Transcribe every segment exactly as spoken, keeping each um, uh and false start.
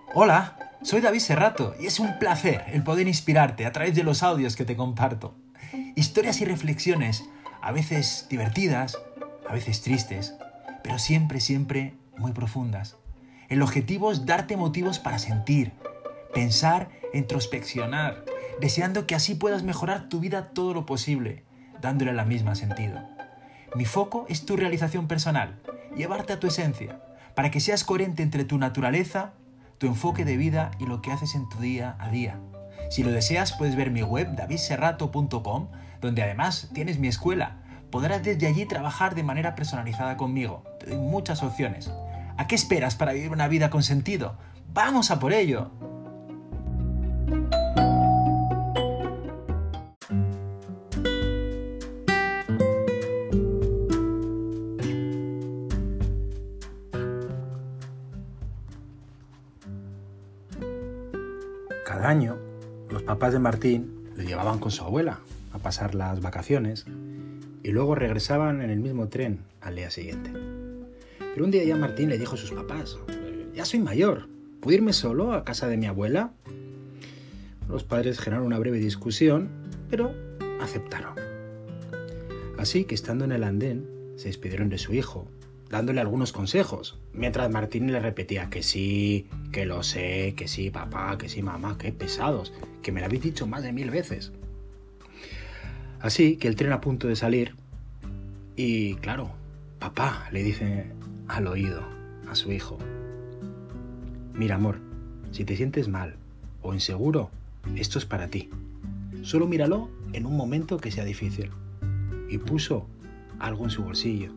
Hola, soy David Serrato y es un placer el poder inspirarte a través de los audios que te comparto. Historias y reflexiones, a veces divertidas, a veces tristes, pero siempre, siempre muy profundas. El objetivo es darte motivos para sentir, pensar e introspeccionar, deseando que así puedas mejorar tu vida todo lo posible, dándole la misma sentido. Mi foco es tu realización personal, llevarte a tu esencia, para que seas coherente entre tu naturaleza, tu enfoque de vida y lo que haces en tu día a día. Si lo deseas, puedes ver mi web david serrato punto com, donde además tienes mi escuela. Podrás desde allí trabajar de manera personalizada conmigo. Te doy muchas opciones. ¿A qué esperas para vivir una vida con sentido? ¡Vamos a por ello! Cada año, los papás de Martín lo llevaban con su abuela a pasar las vacaciones y luego regresaban en el mismo tren al día siguiente. Pero un día ya Martín le dijo a sus papás: «Ya soy mayor, ¿puedo irme solo a casa de mi abuela?». Los padres generaron una breve discusión, pero aceptaron. Así que, estando en el andén, se despidieron de su hijo, dándole algunos consejos, mientras Martín le repetía que sí, que lo sé, que sí papá, que sí mamá, qué pesados, que me lo habéis dicho más de mil veces. Así que el tren a punto de salir y, claro, papá le dice al oído a su hijo: «Mira, amor, si te sientes mal o inseguro, esto es para ti. Solo míralo en un momento que sea difícil». Y puso algo en su bolsillo.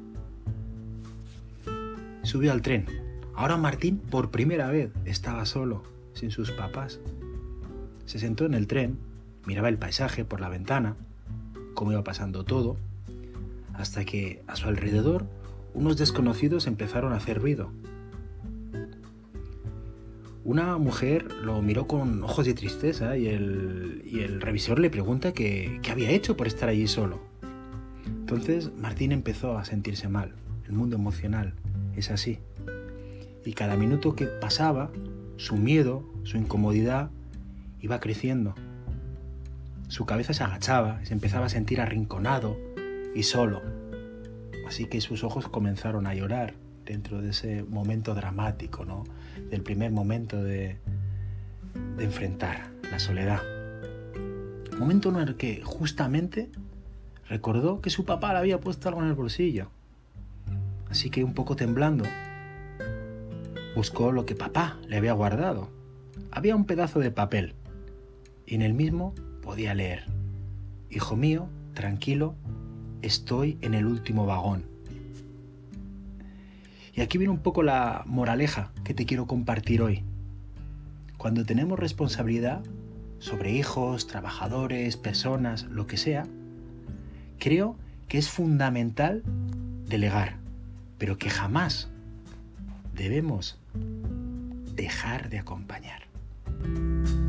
Subió al tren. Ahora Martín por primera vez estaba solo, sin sus papás. Se sentó en el tren, miraba el paisaje por la ventana, cómo iba pasando todo, hasta que a su alrededor unos desconocidos empezaron a hacer ruido. Una mujer lo miró con ojos de tristeza y el, y el revisor le pregunta que, qué había hecho por estar allí solo. Entonces Martín empezó a sentirse mal. El mundo emocional es así. Y cada minuto que pasaba, su miedo, su incomodidad iba creciendo. Su cabeza se agachaba y se empezaba a sentir arrinconado y solo. Así que sus ojos comenzaron a llorar dentro de ese momento dramático, ¿no? Del primer momento de, de enfrentar la soledad. Momento en el que justamente recordó que su papá le había puesto algo en el bolsillo. Así que, un poco temblando, buscó lo que papá le había guardado. Había un pedazo de papel y en el mismo podía leer: «Hijo mío, tranquilo, estoy en el último vagón». Y aquí viene un poco la moraleja que te quiero compartir hoy. Cuando tenemos responsabilidad sobre hijos, trabajadores, personas, lo que sea, creo que es fundamental delegar, pero que jamás debemos dejar de acompañar.